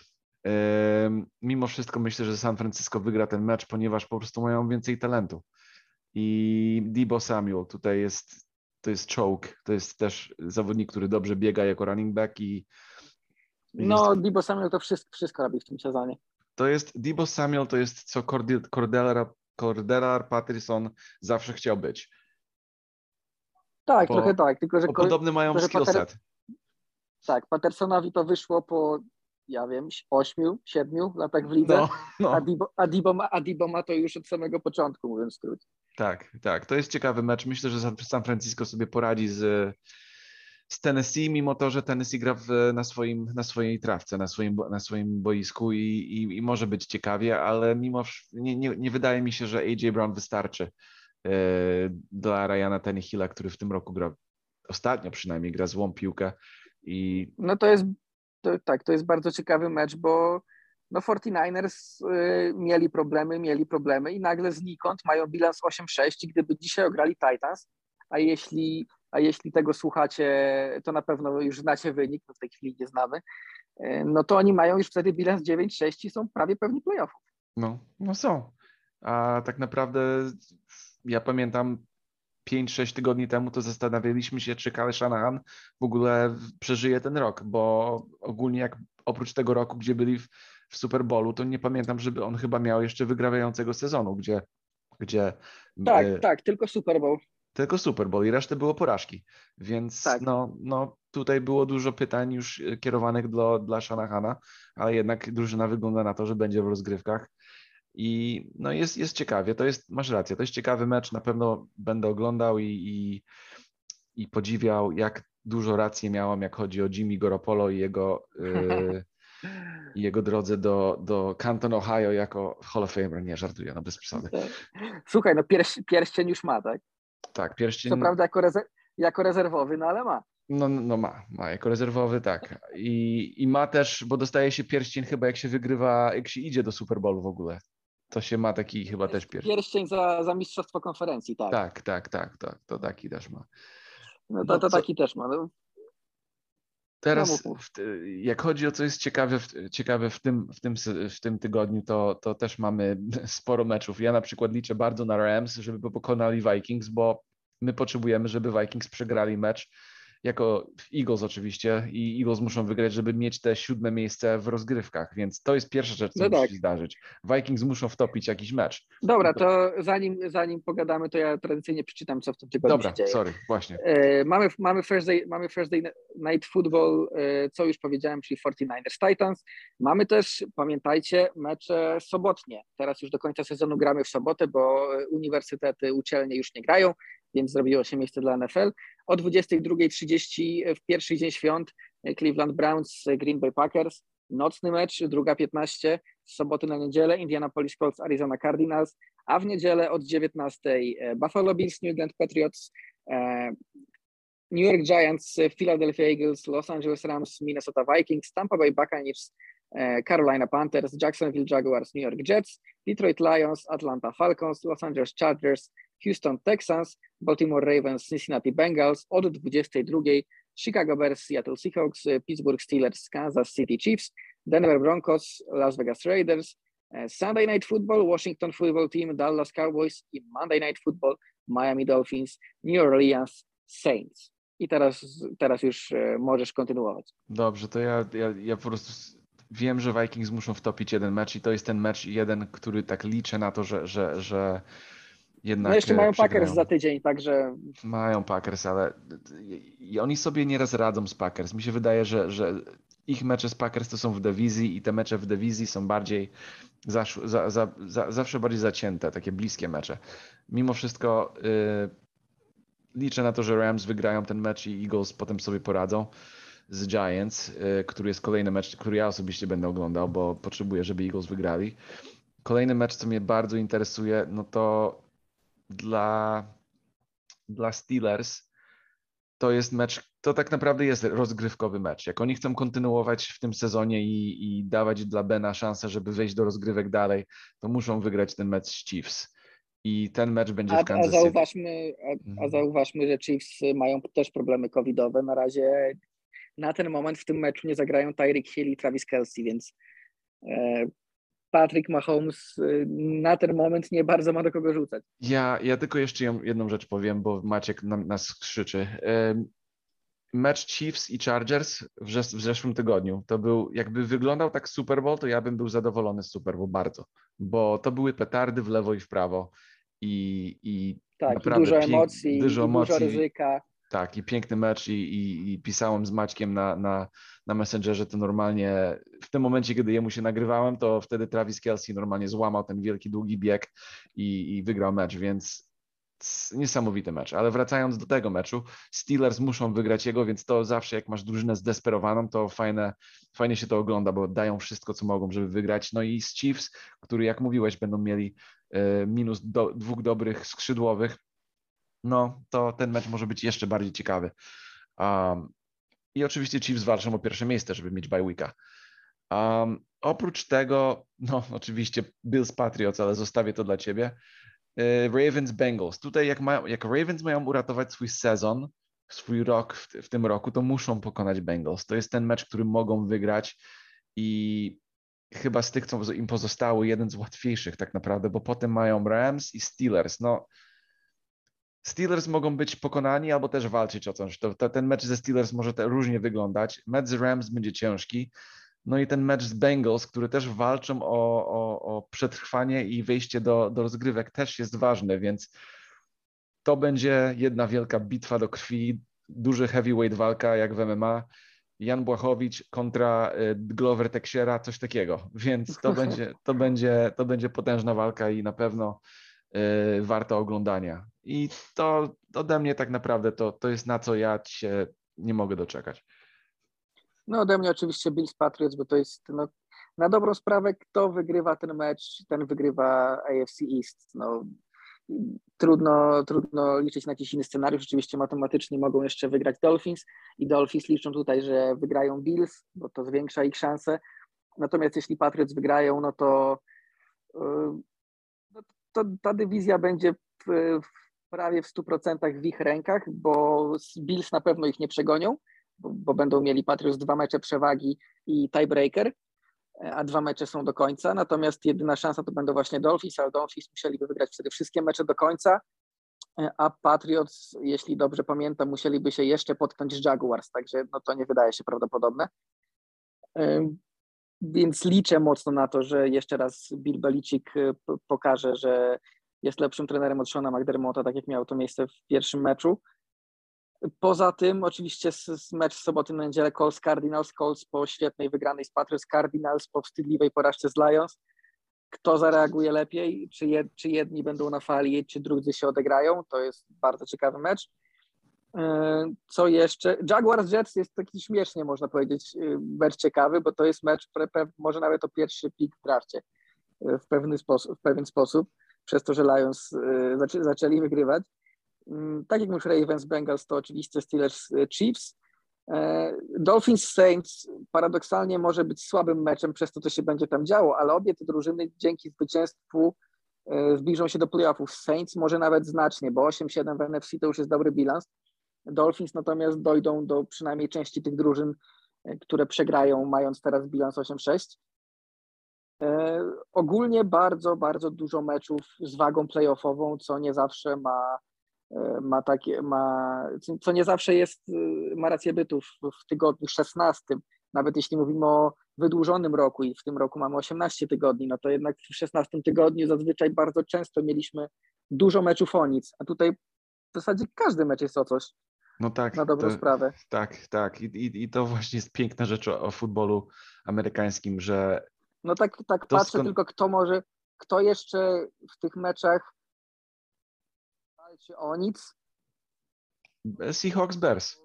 Mimo wszystko myślę, że San Francisco wygra ten mecz, ponieważ po prostu mają więcej talentu. I Deebo Samuel tutaj to jest choke, to jest też zawodnik, który dobrze biega jako running back Deebo Samuel to wszystko robi w tym sezonie. Deebo Samuel to jest co Cordell Patterson zawsze chciał być. Tak, trochę tak, tylko że podobny mają skill set. Tak, Pattersonowi to wyszło po 8, 7 latach w lidze, a Deebo ma to już od samego początku, mówiąc w skrócie. Tak, to jest ciekawy mecz. Myślę, że San Francisco sobie poradzi z Tennessee, mimo to, że Tennessee gra na swojej trawce, na swoim boisku i może być ciekawie, ale nie wydaje mi się, że AJ Brown wystarczy dla Ryana Tannehilla, który w tym roku ostatnio przynajmniej gra złą piłkę. No to jest bardzo ciekawy mecz, bo 49ers mieli problemy i nagle znikąd mają bilans 8-6 i gdyby dzisiaj ograli Titans, a jeśli tego słuchacie, to na pewno już znacie wynik, w tej chwili nie znamy, no to oni mają już wtedy bilans 9-6 i są prawie pewni playoffów. No są. A tak naprawdę ja pamiętam 5-6 tygodni temu to zastanawialiśmy się, czy Kyle Shanahan w ogóle przeżyje ten rok, bo ogólnie jak oprócz tego roku, gdzie byli w Super Bowlu, to nie pamiętam, żeby on chyba miał jeszcze wygrywającego sezonu, gdzie Tak, tylko Super Bowl. Tylko Super Bowl i resztę było porażki, więc tak. Tutaj było dużo pytań już kierowanych dla Shanahana, ale jednak drużyna wygląda na to, że będzie w rozgrywkach. I jest ciekawie, masz rację, to jest ciekawy mecz, na pewno będę oglądał i podziwiał, jak dużo racji miałam, jak chodzi o Jimmy Garoppolo i jego drodze do Canton, Ohio jako Hall of Famer. Nie, żartuję, bez przesady. Słuchaj, pierścień już ma, tak? Tak, pierścień. Co prawda jako rezerwowy, ale ma. Ma jako rezerwowy, tak. I ma też, bo dostaje się pierścień chyba jak się idzie do Super Bowlu w ogóle. To się ma taki chyba też pierścień. Pierścień za mistrzostwo konferencji, tak. Tak, to taki też ma. To taki też ma. Teraz jak chodzi o co jest ciekawe w tym tygodniu, to też mamy sporo meczów. Ja na przykład liczę bardzo na Rams, żeby pokonali Vikings, bo my potrzebujemy, żeby Vikings przegrali mecz. jako Eagles oczywiście i Eagles muszą wygrać, żeby mieć te 7. miejsce w rozgrywkach, więc to jest pierwsza rzecz, co No musi tak. się zdarzyć. Vikings muszą wtopić jakiś mecz. Dobra, to zanim pogadamy, to ja tradycyjnie przeczytam, co w tym tygodniu Dobra, się dzieje. sorry, właśnie. Mamy Thursday Night Football, co już powiedziałem, czyli 49ers Titans. Mamy też, pamiętajcie, mecze sobotnie. Teraz już do końca sezonu gramy w sobotę, bo uniwersytety, uczelnie już nie grają, więc zrobiło się miejsce dla NFL. O 22:30 w pierwszy dzień świąt Cleveland Browns, Green Bay Packers. Nocny mecz, 2:15 z soboty na niedzielę, Indianapolis Colts, Arizona Cardinals, a w niedzielę od 19:00 Buffalo Bills, New England Patriots, New York Giants, Philadelphia Eagles, Los Angeles Rams, Minnesota Vikings, Tampa Bay Buccaneers, Carolina Panthers, Jacksonville Jaguars, New York Jets, Detroit Lions, Atlanta Falcons, Los Angeles Chargers, Houston Texans, Baltimore Ravens, Cincinnati Bengals, od 22:00 Chicago Bears, Seattle Seahawks, Pittsburgh Steelers, Kansas City Chiefs, Denver Broncos, Las Vegas Raiders, Sunday Night Football, Washington Football Team, Dallas Cowboys i Monday Night Football, Miami Dolphins, New Orleans Saints. I teraz już możesz kontynuować. Dobrze, to ja po prostu wiem, że Vikings muszą wtopić jeden mecz i to jest ten mecz jeden, który tak liczę na to, że jednak No jeszcze mają przegrają. Packers za tydzień, także... Mają Packers, ale i oni sobie nieraz radzą z Packers. Mi się wydaje, że ich mecze z Packers to są w dywizji i te mecze w dywizji są bardziej zawsze bardziej zacięte, takie bliskie mecze. Mimo wszystko liczę na to, że Rams wygrają ten mecz i Eagles potem sobie poradzą z Giants, który jest kolejny mecz, który ja osobiście będę oglądał, bo potrzebuję, żeby Eagles wygrali. Kolejny mecz, co mnie bardzo interesuje, no to dla Steelers to jest mecz, to tak naprawdę jest rozgrywkowy mecz. Jak oni chcą kontynuować w tym sezonie i dawać dla Bena szansę, żeby wejść do rozgrywek dalej, to muszą wygrać ten mecz z Chiefs. I ten mecz będzie w Kansas City. Zauważmy, że Chiefs mają też problemy covidowe. Na razie na ten moment w tym meczu nie zagrają Tyreek Hill i Travis Kelce, więc Patrick Mahomes na ten moment nie bardzo ma do kogo rzucać. Ja tylko jeszcze jedną rzecz powiem, bo Maciek nas krzyczy. Mecz Chiefs i Chargers w zeszłym tygodniu, to był, jakby wyglądał tak Super Bowl, to ja bym był zadowolony z Super Bowl bardzo, bo to były petardy w lewo i w prawo i tak, naprawdę dużo emocji, dużo ryzyka. Tak, i piękny mecz i pisałem z Maćkiem na Messengerze, to normalnie w tym momencie, kiedy jemu się nagrywałem, to wtedy Travis Kelce normalnie złamał ten wielki, długi bieg i wygrał mecz, więc niesamowity mecz. Ale wracając do tego meczu, Steelers muszą wygrać jego, więc to zawsze jak masz drużynę zdesperowaną, to fajnie się to ogląda, bo dają wszystko, co mogą, żeby wygrać. No i z Chiefs, który jak mówiłeś, będą mieli minus dwóch dobrych skrzydłowych, no to ten mecz może być jeszcze bardziej ciekawy. I oczywiście Chiefs walczą o pierwsze miejsce, żeby mieć bye weeka. Oprócz tego, no oczywiście Bills Patriots, ale zostawię to dla ciebie. Ravens Bengals. Tutaj jak Ravens mają uratować swój sezon, swój rok w tym roku, to muszą pokonać Bengals. To jest ten mecz, który mogą wygrać i chyba z tych, co im pozostało, jeden z łatwiejszych tak naprawdę, bo potem mają Rams i Steelers. No, Steelers mogą być pokonani albo też walczyć o coś. Ten mecz ze Steelers może różnie wyglądać. Mecz z Rams będzie ciężki. No i ten mecz z Bengals, który też walczą o przetrwanie i wejście do rozgrywek, też jest ważny, więc to będzie jedna wielka bitwa do krwi, duży heavyweight walka jak w MMA. Jan Błachowicz kontra Glover Texiera, coś takiego. Więc to będzie potężna walka i na pewno warta oglądania. I to ode mnie tak naprawdę to jest na co ja się nie mogę doczekać. No ode mnie oczywiście Bills Patriots, bo to jest na dobrą sprawę, kto wygrywa ten mecz, ten wygrywa AFC East. No, trudno liczyć na jakiś inny scenariusz. Oczywiście matematycznie mogą jeszcze wygrać Dolphins i Dolphins liczą tutaj, że wygrają Bills, bo to zwiększa ich szanse. Natomiast jeśli Patriots wygrają, no to ta dywizja będzie prawie w 100% w ich rękach, bo Bills na pewno ich nie przegonią, bo będą mieli Patriots 2 mecze przewagi i tiebreaker, a 2 mecze są do końca, natomiast jedyna szansa to będą właśnie Dolphins, ale Dolphins musieliby wygrać wtedy wszystkie mecze do końca, a Patriots, jeśli dobrze pamiętam, musieliby się jeszcze potknąć z Jaguars, także no to nie wydaje się prawdopodobne. Więc liczę mocno na to, że jeszcze raz Bill Belichick pokaże, że jest lepszym trenerem od Seana McDermotta, tak jak miało to miejsce w pierwszym meczu. Poza tym oczywiście mecz w soboty na niedzielę Colts Cardinals, Colts po świetnej wygranej z Patriots, Cardinals po wstydliwej porażce z Lions. Kto zareaguje lepiej? Czy jedni będą na fali, czy drudzy się odegrają? To jest bardzo ciekawy mecz. Co jeszcze? Jaguars Jets jest taki śmiesznie, można powiedzieć, mecz ciekawy, bo to jest mecz, może nawet o pierwszy pick w drafcie w pewien sposób, przez to, że Lions zaczęli wygrywać. Tak jak już Ravens Bengals, to oczywiście Steelers Chiefs. Dolphins Saints paradoksalnie może być słabym meczem przez to, co się będzie tam działo, ale obie te drużyny dzięki zwycięstwu zbliżą się do playoffów. Saints może nawet znacznie, bo 8-7 w NFC to już jest dobry bilans. Dolphins natomiast dojdą do przynajmniej części tych drużyn, które przegrają, mając teraz bilans 8-6. Ogólnie bardzo, bardzo dużo meczów z wagą playoffową, co nie zawsze co nie zawsze ma rację bytu w tygodniu 16. Nawet jeśli mówimy o wydłużonym roku i w tym roku mamy 18 tygodni, no to jednak w 16 tygodniu zazwyczaj bardzo często mieliśmy dużo meczów o nic, a tutaj w zasadzie każdy mecz jest o coś. No tak, na dobrą sprawę. Tak. I to właśnie jest piękna rzecz o futbolu amerykańskim, że... No tak patrzę tylko kto jeszcze w tych meczach walczy o nic. Seahawks Bears.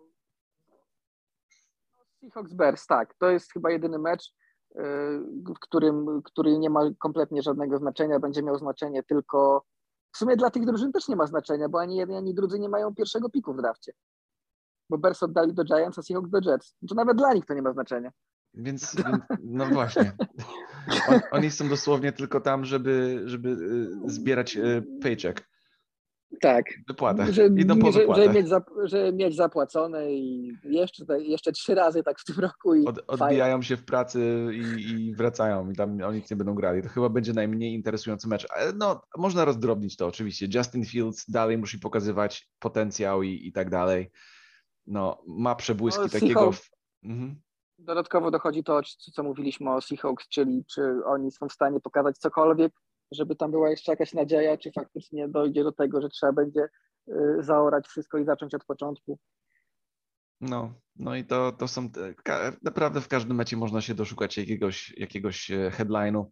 Seahawks Bears, tak. To jest chyba jedyny mecz, który nie ma kompletnie żadnego znaczenia. Będzie miał znaczenie tylko... W sumie dla tych drużyn też nie ma znaczenia, bo ani jedni, ani drudzy nie mają pierwszego piku w drafcie. Bo Bears oddali do Giants, a Seahawks do Jets. To nawet dla nich to nie ma znaczenia. Więc no właśnie. Oni są dosłownie tylko tam, żeby zbierać paycheck. Tak. Wypłatę. Idą po wypłatę. Żeby mieć zapłacone i jeszcze 3 razy tak w tym roku. I odbijają się w pracy i wracają i tam o nic nie będą grali. To chyba będzie najmniej interesujący mecz. Ale no, można rozdrobnić to oczywiście. Justin Fields dalej musi pokazywać potencjał i tak dalej. No, ma przebłyski takiego... Dodatkowo dochodzi to, co mówiliśmy o Seahawks, czyli czy oni są w stanie pokazać cokolwiek, żeby tam była jeszcze jakaś nadzieja, czy faktycznie dojdzie do tego, że trzeba będzie zaorać wszystko i zacząć od początku. No i to są... Naprawdę w każdym meczu można się doszukać jakiegoś headline'u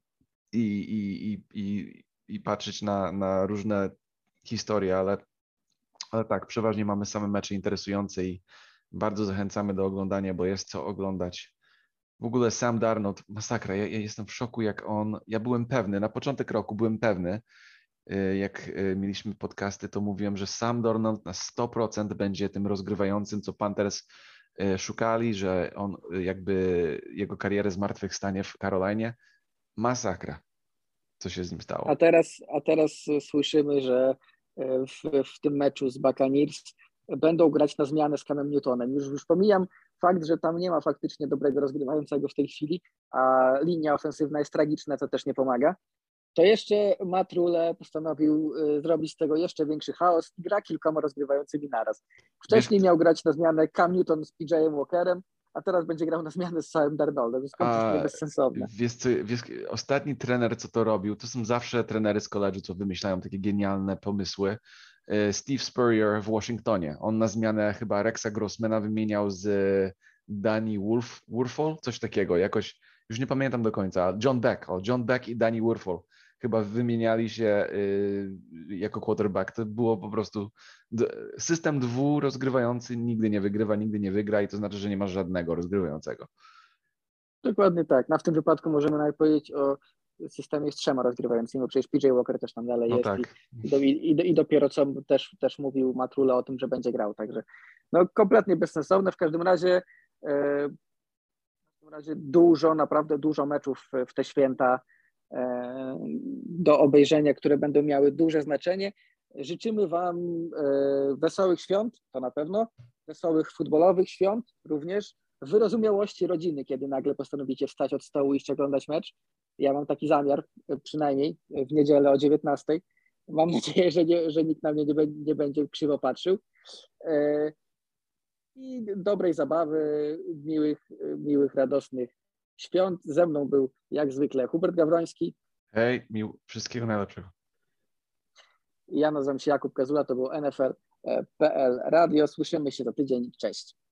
i patrzeć na różne historie, ale tak, przeważnie mamy same mecze interesujące i bardzo zachęcamy do oglądania, bo jest co oglądać. W ogóle Sam Darnold, masakra, ja jestem w szoku, jak ja byłem pewny, na początek roku byłem pewny, jak mieliśmy podcasty, to mówiłem, że Sam Darnold na 100% będzie tym rozgrywającym, co Panthers szukali, że on jakby jego karierę zmartwychwstanie w Carolinie. Masakra, co się z nim stało. A teraz słyszymy, że w tym meczu z Buccaneers będą grać na zmianę z Camem Newtonem. Już pomijam fakt, że tam nie ma faktycznie dobrego rozgrywającego w tej chwili, a linia ofensywna jest tragiczna, co też nie pomaga. To jeszcze Matt Rule postanowił zrobić z tego jeszcze większy chaos i gra kilkoma rozgrywającymi naraz. Wcześniej miał grać na zmianę Cam Newton z PJ Walkerem, a teraz będzie grał na zmianę z Samem Darnoldem. To jest kompletnie bezsensowne. Wiesz, ostatni trener, co to robił, to są zawsze trenery z college'u, co wymyślają takie genialne pomysły. Steve Spurrier w Washingtonie. On na zmianę chyba Rexa Grossmana wymieniał z Danny Wuerffel, coś takiego, jakoś, już nie pamiętam do końca. John Beck i Danny Wuerffel chyba wymieniali się jako quarterback. To było po prostu system 2 rozgrywający, nigdy nie wygrywa, nigdy nie wygra i to znaczy, że nie ma żadnego rozgrywającego. Dokładnie tak. W tym wypadku możemy nawet powiedzieć o systemie z 3 rozgrywającymi, bo przecież PJ Walker też tam dalej jest tak. i dopiero co też mówił Matt Rule o tym, że będzie grał, także kompletnie bezsensowne. W każdym razie naprawdę dużo meczów w te święta do obejrzenia, które będą miały duże znaczenie. Życzymy Wam wesołych świąt, to na pewno, wesołych futbolowych świąt również, wyrozumiałości rodziny, kiedy nagle postanowicie wstać od stołu i iść oglądać mecz. Ja mam taki zamiar, przynajmniej w niedzielę o 19:00, Mam nadzieję, że nikt na mnie nie będzie krzywo patrzył. I dobrej zabawy, miłych, radosnych świąt. Ze mną był jak zwykle Hubert Gawroński. Hej, wszystkiego najlepszego. Ja nazywam się Jakub Kazula, to był NFL.pl Radio. Słyszymy się za tydzień. Cześć.